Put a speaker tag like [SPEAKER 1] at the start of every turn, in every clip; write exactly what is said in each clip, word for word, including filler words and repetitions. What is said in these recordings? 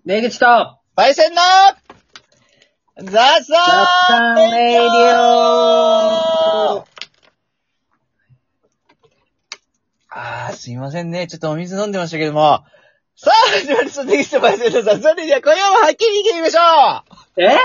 [SPEAKER 1] 出口と、
[SPEAKER 2] パイセンの雑
[SPEAKER 1] 雑談
[SPEAKER 2] 談
[SPEAKER 1] レディオ
[SPEAKER 2] あー、すいませんね。ちょっとお水飲んでましたけども。さあ、始まりました。出口とパイセンの雑談レディオ。今夜もはっきりいってみましょう
[SPEAKER 1] え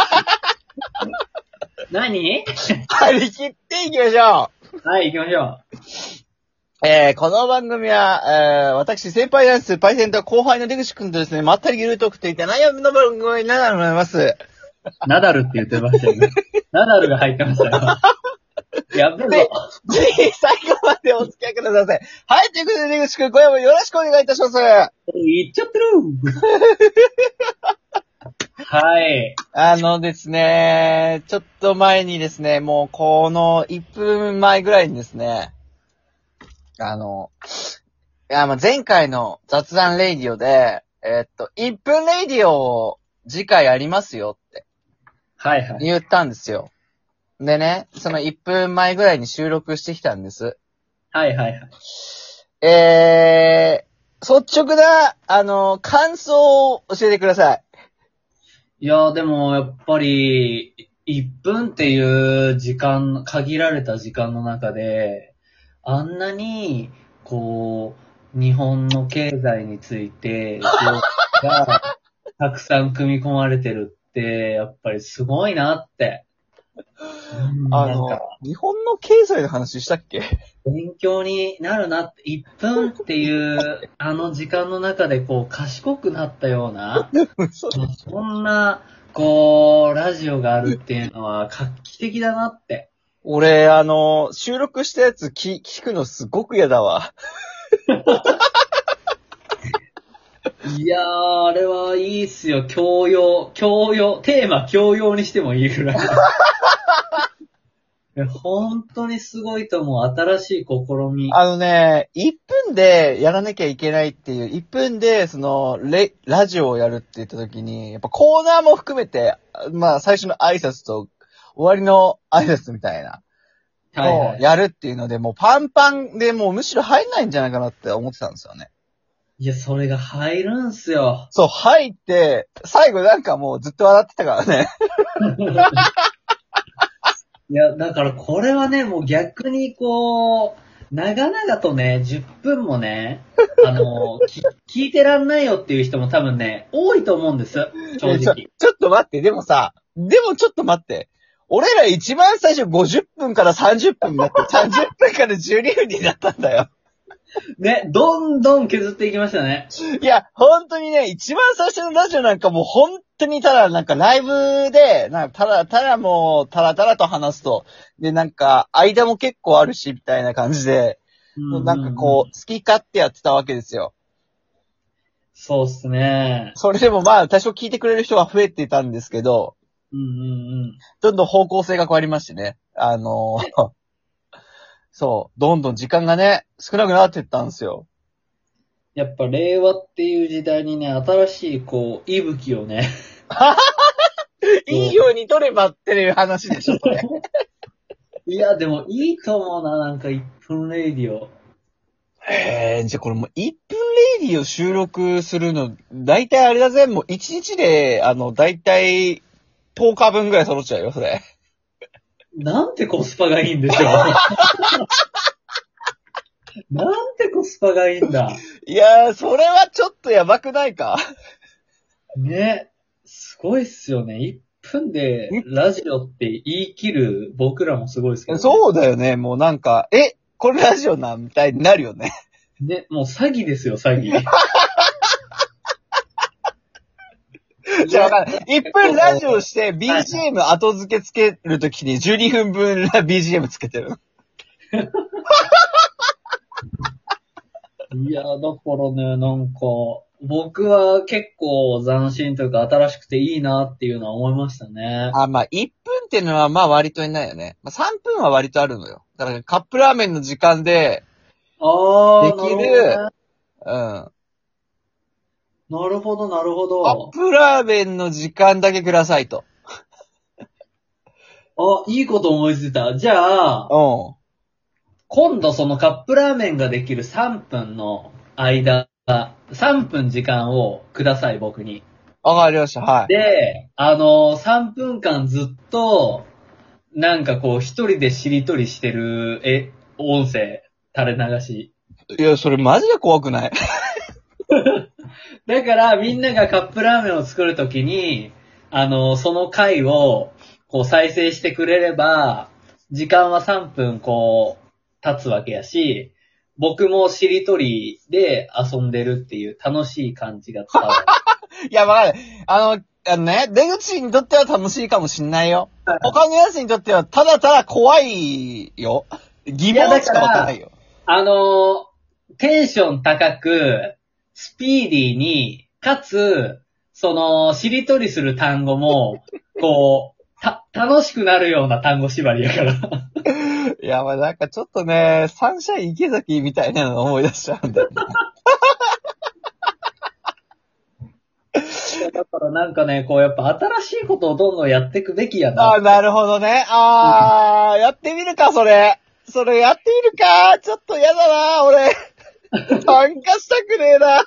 [SPEAKER 1] 何
[SPEAKER 2] 張り切っていきましょ
[SPEAKER 1] はい、行きましょ
[SPEAKER 2] うえー、この番組は、えー、私、先輩なんです。パイセンと後輩の出口くんとですね、まったりゆるトークといった内容の番組になると思います。
[SPEAKER 1] う。ナダルって言ってましたよね。ナダルが入ってましたよ。やべえぞ。
[SPEAKER 2] ぜひ最後までお付き合いください。はい、ということで出口くん、今夜もよろしくお願いいたします。
[SPEAKER 1] 言っちゃってるはい。
[SPEAKER 2] あのですね、ちょっと前にですね、もうこのいっぷんまえぐらいにですね、あの、いや、まあ前回の雑談レイディオで、えーっと、いっぷんレイディオを次回ありますよって
[SPEAKER 1] はいはい。
[SPEAKER 2] 言ったんですよ。でね、そのいっぷんまえぐらいに収録してきたんです。
[SPEAKER 1] はいはいはい。
[SPEAKER 2] えー、率直な、あの、感想を教えてください。
[SPEAKER 1] いやーでも、やっぱり、いっぷんっていう時間、限られた時間の中で、あんなに、こう、日本の経済について、情報がたくさん組み込まれてるって、やっぱりすごいなって。うん、
[SPEAKER 2] あの
[SPEAKER 1] なんか、、
[SPEAKER 2] 日本の経済の話したっけ
[SPEAKER 1] 勉強になるなって、いっぷんっていう、あの時間の中でこう、賢くなったような、そんな、こう、ラジオがあるっていうのは画期的だなって。
[SPEAKER 2] 俺、あの、収録したやつ聞、聞くのすごく嫌だわ。
[SPEAKER 1] いやー、あれはいいっすよ。教養。教養。テーマ教養にしてもいいぐらい。本当にすごいと思う。新しい試み。
[SPEAKER 2] あのね、いっぷんでやらなきゃいけないっていう、いっぷんで、その、レ、ラジオをやるって言った時に、やっぱコーナーも含めて、まあ最初の挨拶と終わりの挨拶みたいな
[SPEAKER 1] はいはい。
[SPEAKER 2] のをやるっていうので、もうパンパンでもうむしろ入んないんじゃないかなって思ってたんですよね。
[SPEAKER 1] いや、それが入るんすよ。
[SPEAKER 2] そう、入って、最後なんかもうずっと笑ってたからね。
[SPEAKER 1] いや、だからこれはね、もう逆にこう、長々とね、じゅっぷんもね、あの、き聞いてらんないよっていう人も多分ね、多いと思うんです。正
[SPEAKER 2] えちょ、
[SPEAKER 1] 直。
[SPEAKER 2] ちょっと待って、でもさ、でもちょっと待って。俺ら一番最初ごじゅっぷんからさんじゅっぷんになって、さんじゅっぷんからじゅうにふんになったんだよ。
[SPEAKER 1] ね、どんどん削っていきましたね。
[SPEAKER 2] いや、本当にね、一番最初のラジオなんかもう本当にただなんかライブで、なんかただただもうたらたらと話すと、でなんか間も結構あるしみたいな感じで、
[SPEAKER 1] うんうんうん、
[SPEAKER 2] なんかこう好き勝手やってたわけですよ。
[SPEAKER 1] そうっすね。
[SPEAKER 2] それでもまあ多少聞いてくれる人が増えてたんですけど、
[SPEAKER 1] うんうんうん。
[SPEAKER 2] どんどん方向性が変わりましてね。あのー、そう、どんどん時間がね、少なくなっていったんですよ。
[SPEAKER 1] やっぱ令和っていう時代にね、新しいこう、息吹をね。
[SPEAKER 2] いいように取ればっていう話でしょ、それ。
[SPEAKER 1] いや、でもいいと思うな、なんかいっぷんレイディオ。
[SPEAKER 2] えー、じゃあこれもういっぷんレイディを収録するの、だいたいあれだぜ、もういちにちで、あの、だいたいとおかぶんぐらい揃っちゃうよ、それ。
[SPEAKER 1] なんてコスパがいいんでしょう。なんてコスパがいいんだ。
[SPEAKER 2] いやー、それはちょっとやばくないか
[SPEAKER 1] ね。すごいっすよね。いっぷんでラジオって言い切る僕らもすごいですけどね。
[SPEAKER 2] そうだよね、もうなんか、え、これラジオな、みたいになるよね。
[SPEAKER 1] ね、もう詐欺ですよ、詐欺。
[SPEAKER 2] じゃあわかんない。いっぷんラジオして ビージーエム 後付けつけるときにじゅうにふんぶん ビージーエム つけてる。
[SPEAKER 1] いや、だからね、なんか、僕は結構斬新というか新しくていいなっていうのは思いましたね。
[SPEAKER 2] あ、まあ、いっぷんっていうのはまあ割といないよね。まあ、さんぷんは割とあるのよ。だからカップラーメンの時間で
[SPEAKER 1] あー、
[SPEAKER 2] できる、
[SPEAKER 1] なるほどね。
[SPEAKER 2] うん。
[SPEAKER 1] なるほど、なるほ
[SPEAKER 2] カッ
[SPEAKER 1] ど。
[SPEAKER 2] プラーメンの時間だけくださいと。
[SPEAKER 1] あ、いいこと思いついた。じゃあ、
[SPEAKER 2] うん。
[SPEAKER 1] 今度そのカップラーメンができるさんぷんの間、さんぷん時間をください、僕に。
[SPEAKER 2] わかりました、はい。
[SPEAKER 1] で、あの、さんぷんかんずっと、なんかこう、一人でしりとりしてる、え、音声、垂れ流し。
[SPEAKER 2] いや、それマジで怖くない？
[SPEAKER 1] だから、みんながカップラーメンを作るときに、あの、その回を、こう、再生してくれれば、時間はさんぷん、こう、経つわけやし、僕もしりとりで遊んでるっていう楽しい感じが伝わる。
[SPEAKER 2] いや、わかる。あの、あのね、出口にとっては楽しいかもしんないよ。他のやつにとってはただただ怖いよ。疑問しかわからないよ。
[SPEAKER 1] あの、テンション高く、スピーディーに、かつ、その、しりとりする単語も、こう、た、楽しくなるような単語縛りやから。
[SPEAKER 2] いや、まあなんかちょっとね、サンシャイン池崎みたいなの思い出しちゃうんだよね。
[SPEAKER 1] だからなんかね、こうやっぱ新しいことをどんどんやっていくべきやな。
[SPEAKER 2] ああ、なるほどね。ああ、やってみるか、それ。それやってみるか。ちょっとやだな、俺。参加したくねえな。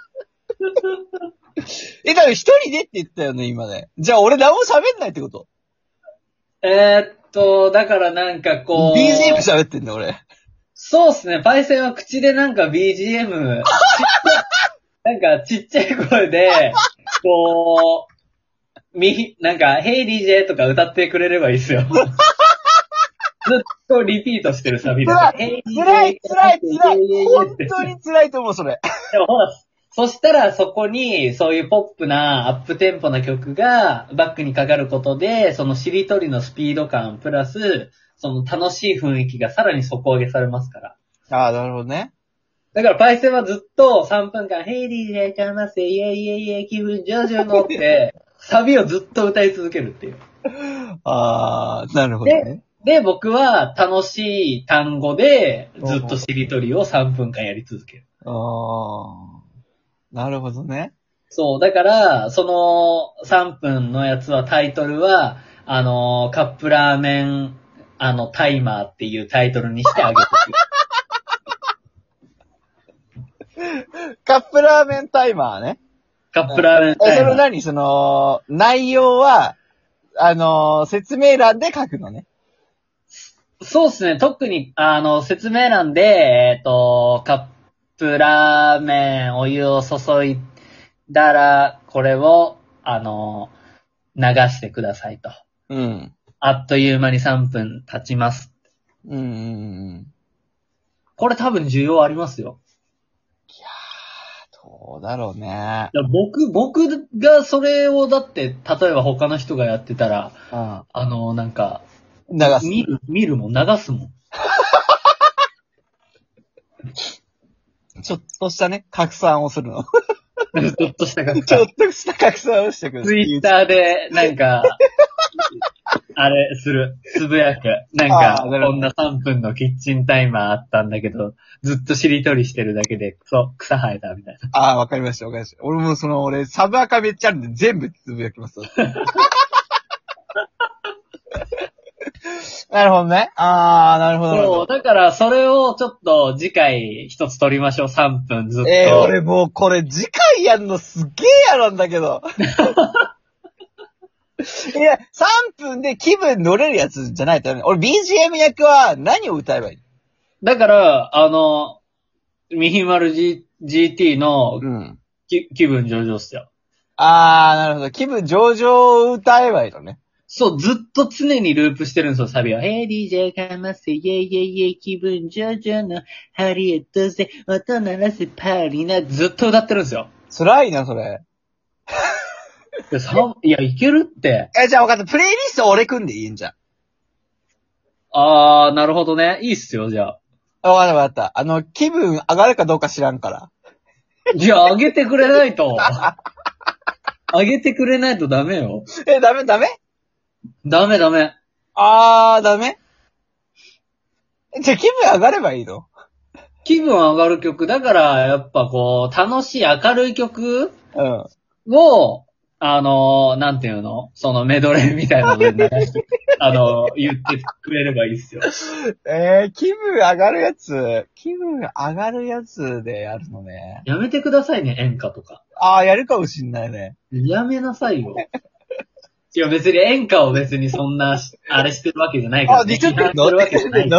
[SPEAKER 2] え、だから一人でって言ったよね、今ね。じゃあ俺何も喋んないってこと？
[SPEAKER 1] えー、っと、だからなんかこう。
[SPEAKER 2] ビージーエム 喋ってんだ、俺。
[SPEAKER 1] そうっすね、パイセンは口でなんか ビージーエム、なんかちっちゃい声で、こう、み、なんか、ヘイ ディージェー とか歌ってくれればいいっすよ。ずっとリピートしてるサビで。
[SPEAKER 2] 辛い、辛い、辛い、辛い。本当に辛いと思う、それ。
[SPEAKER 1] でもほら、そしたらそこに、そういうポップな、アップテンポな曲がバックにかかることで、そのしりとりのスピード感、プラス、その楽しい雰囲気がさらに底上げされますから。
[SPEAKER 2] ああ、なるほどね。
[SPEAKER 1] だからパイセンはずっとさんぷんかん、ヘイ ディージェー かませ、イェイイェイイェイ気分上々のって、サビをずっと歌い続けるっていう。
[SPEAKER 2] ああ、なるほどね。
[SPEAKER 1] で、僕は楽しい単語でずっとしりとりをさんぷんかんやり続ける。
[SPEAKER 2] ああ、なるほどね。
[SPEAKER 1] そう、だから、そのさんぷんのやつはタイトルは、あの、カップラーメン、あの、タイマーっていうタイトルにしてあげてく
[SPEAKER 2] る。カップラーメンタイマーね。
[SPEAKER 1] カップラーメンタイマー。
[SPEAKER 2] え、それ何その、内容は、あの、説明欄で書くのね。
[SPEAKER 1] そうですね。特に、あの、説明欄で、えっと、カップラーメン、お湯を注いだら、これを、あの、流してくださいと。
[SPEAKER 2] うん。
[SPEAKER 1] あっという間にさんぷん経ちます。
[SPEAKER 2] うんうんうん。
[SPEAKER 1] これ多分需要ありますよ。
[SPEAKER 2] いやー、どうだろうね。
[SPEAKER 1] 僕、僕がそれをだって、例えば他の人がやってたら、
[SPEAKER 2] うん。
[SPEAKER 1] あの、なんか、
[SPEAKER 2] 流す。
[SPEAKER 1] 見る、見るもん、流すもん。
[SPEAKER 2] ちょっとしたね、拡散をするの。
[SPEAKER 1] ちょっとした拡
[SPEAKER 2] ちょっ
[SPEAKER 1] 散。
[SPEAKER 2] とした拡散をしてくる。
[SPEAKER 1] ツイッターで、なんか、あれ、する。つぶやく。なんか、
[SPEAKER 2] あーなるほど
[SPEAKER 1] こんなさんぷんのキッチンタイマーあったんだけど、ずっとしりとりしてるだけで、そう、草生えたみたいな。
[SPEAKER 2] ああ、わかりました、わかりました。俺もその、俺、サブアカめっちゃあるんで全部つぶやきます。なるほどね。ああ、なるほど。
[SPEAKER 1] そう、だから、それをちょっと次回一つ撮りましょう。さんぷんずっと。
[SPEAKER 2] えー、俺もうこれ次回やんのすっげえ嫌なんだけど。いや、さんぷんで気分乗れるやつじゃないとダメ。俺 ビージーエム 役は何を歌えばいい？
[SPEAKER 1] だから、あの、ミヒマル G、ジーティー の、
[SPEAKER 2] うん。
[SPEAKER 1] き気分上々っすよ。
[SPEAKER 2] あー、なるほど。気分上々を歌えばいいのね。
[SPEAKER 1] そう、ずっと常にループしてるんですよ、サビは。ヘイ ディージェー かませ、イェイイェイイェイ気分上々のハリエットで音鳴らせパーリーな、ずっと歌ってるんですよ。
[SPEAKER 2] 辛いな、それ。
[SPEAKER 1] いや、さいや、いけるって。
[SPEAKER 2] え、じゃあ分かった。プレイリスト俺組んでいいんじゃん。
[SPEAKER 1] あー、なるほどね。いいっすよ、じゃあ。
[SPEAKER 2] あ、分かった分かった。あの、気分上がるかどうか知らんから。
[SPEAKER 1] じゃあ、上げてくれないと。上げてくれないとダメよ。
[SPEAKER 2] え、ダメダメ
[SPEAKER 1] ダメダメ。
[SPEAKER 2] あー、ダメじゃあ気分上がればいいの？
[SPEAKER 1] 気分上がる曲。だから、やっぱこう、楽しい明るい曲
[SPEAKER 2] うん。
[SPEAKER 1] を、 あの、なんていうのそのメドレーみたいなので流して、あの、言ってくれればいいっすよ。
[SPEAKER 2] えー、気分上がるやつ。気分上がるやつでやるのね。
[SPEAKER 1] やめてくださいね、演歌とか。
[SPEAKER 2] ああ、やるかもしんないね。
[SPEAKER 1] やめなさいよ。いや別に演歌を別にそんな、あれしてるわけじゃないから、
[SPEAKER 2] あ、ディスってんの
[SPEAKER 1] 批判してるわけじゃない。
[SPEAKER 2] の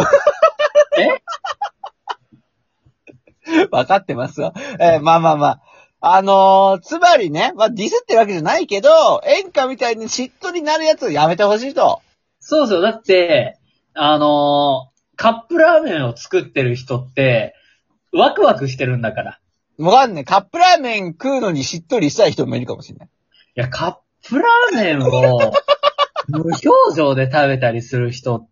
[SPEAKER 1] え
[SPEAKER 2] 分かってますわ。えーまあまあまあ。あのー、つまりね、まあディスってるわけじゃないけど、演歌みたいに嫉妬になるやつをやめてほしいと。
[SPEAKER 1] そうそう、だって、あのーカップラーメンを作ってる人って、ワクワクしてるんだから。
[SPEAKER 2] わかんね。カップラーメン食うのにしっとりしたい人もいるかもしれない。
[SPEAKER 1] いや、カップラーメンを無表情で食べたりする人って、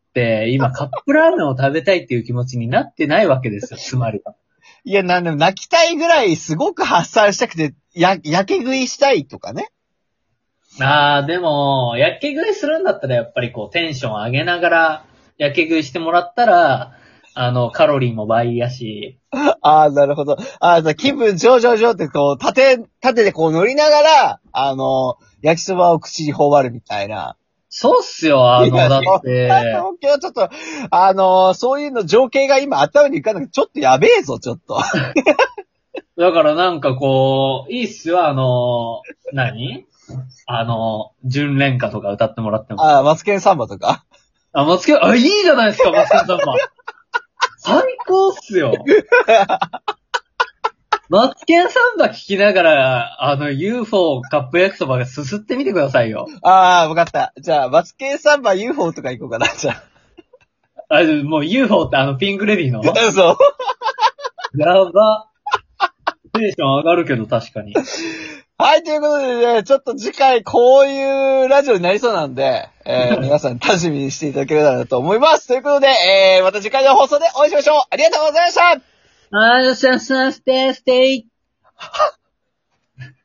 [SPEAKER 1] 今カップラーメンを食べたいっていう気持ちになってないわけですよ、つまりは。
[SPEAKER 2] いや、なんでも泣きたいぐらいすごく発散したくて、や、やけ食いしたいとかね。
[SPEAKER 1] あー、でも、やけ食いするんだったらやっぱりこうテンション上げながら、やけ食いしてもらったら、あの、カロリーも倍やし。
[SPEAKER 2] ああ、なるほど。ああ、気分上々上ってこう、縦、縦でこう乗りながら、あの、焼きそばを口に頬張るみたいな。
[SPEAKER 1] そうっすよ、あの、だって。
[SPEAKER 2] 東京ちょっと、あの、そういうの情景が今頭に浮かんだけど、ちょっとやべえぞ、ちょっと。
[SPEAKER 1] だからなんかこう、いいっすよ、あの、何あの、純恋歌とか歌ってもらっても。
[SPEAKER 2] ああ、マツケンサンバとか。
[SPEAKER 1] あ、マツケン、あ、いいじゃないですか、マツケンサンバ。最高っすよ。マツケンサンバ聞きながら、あの ユーフォー カップ焼きそばがすすってみてくださいよ。
[SPEAKER 2] ああ、わかった。じゃあ、マツケンサンバ ユーフォー とか行こうかな、じゃ
[SPEAKER 1] あ、もう ユーフォー ってあのピンクレディーの
[SPEAKER 2] あ。そう。
[SPEAKER 1] やば。テンション上がるけど確かに。
[SPEAKER 2] はい、ということでね、ちょっと次回こういうラジオになりそうなんで、えー、皆さん楽しみにしていただければなと思います。ということで、えー、また次回の放送でお会いしましょう。ありがとうございました。
[SPEAKER 1] あー、よっしゃ、よっしゃ、ステイ、ステイ。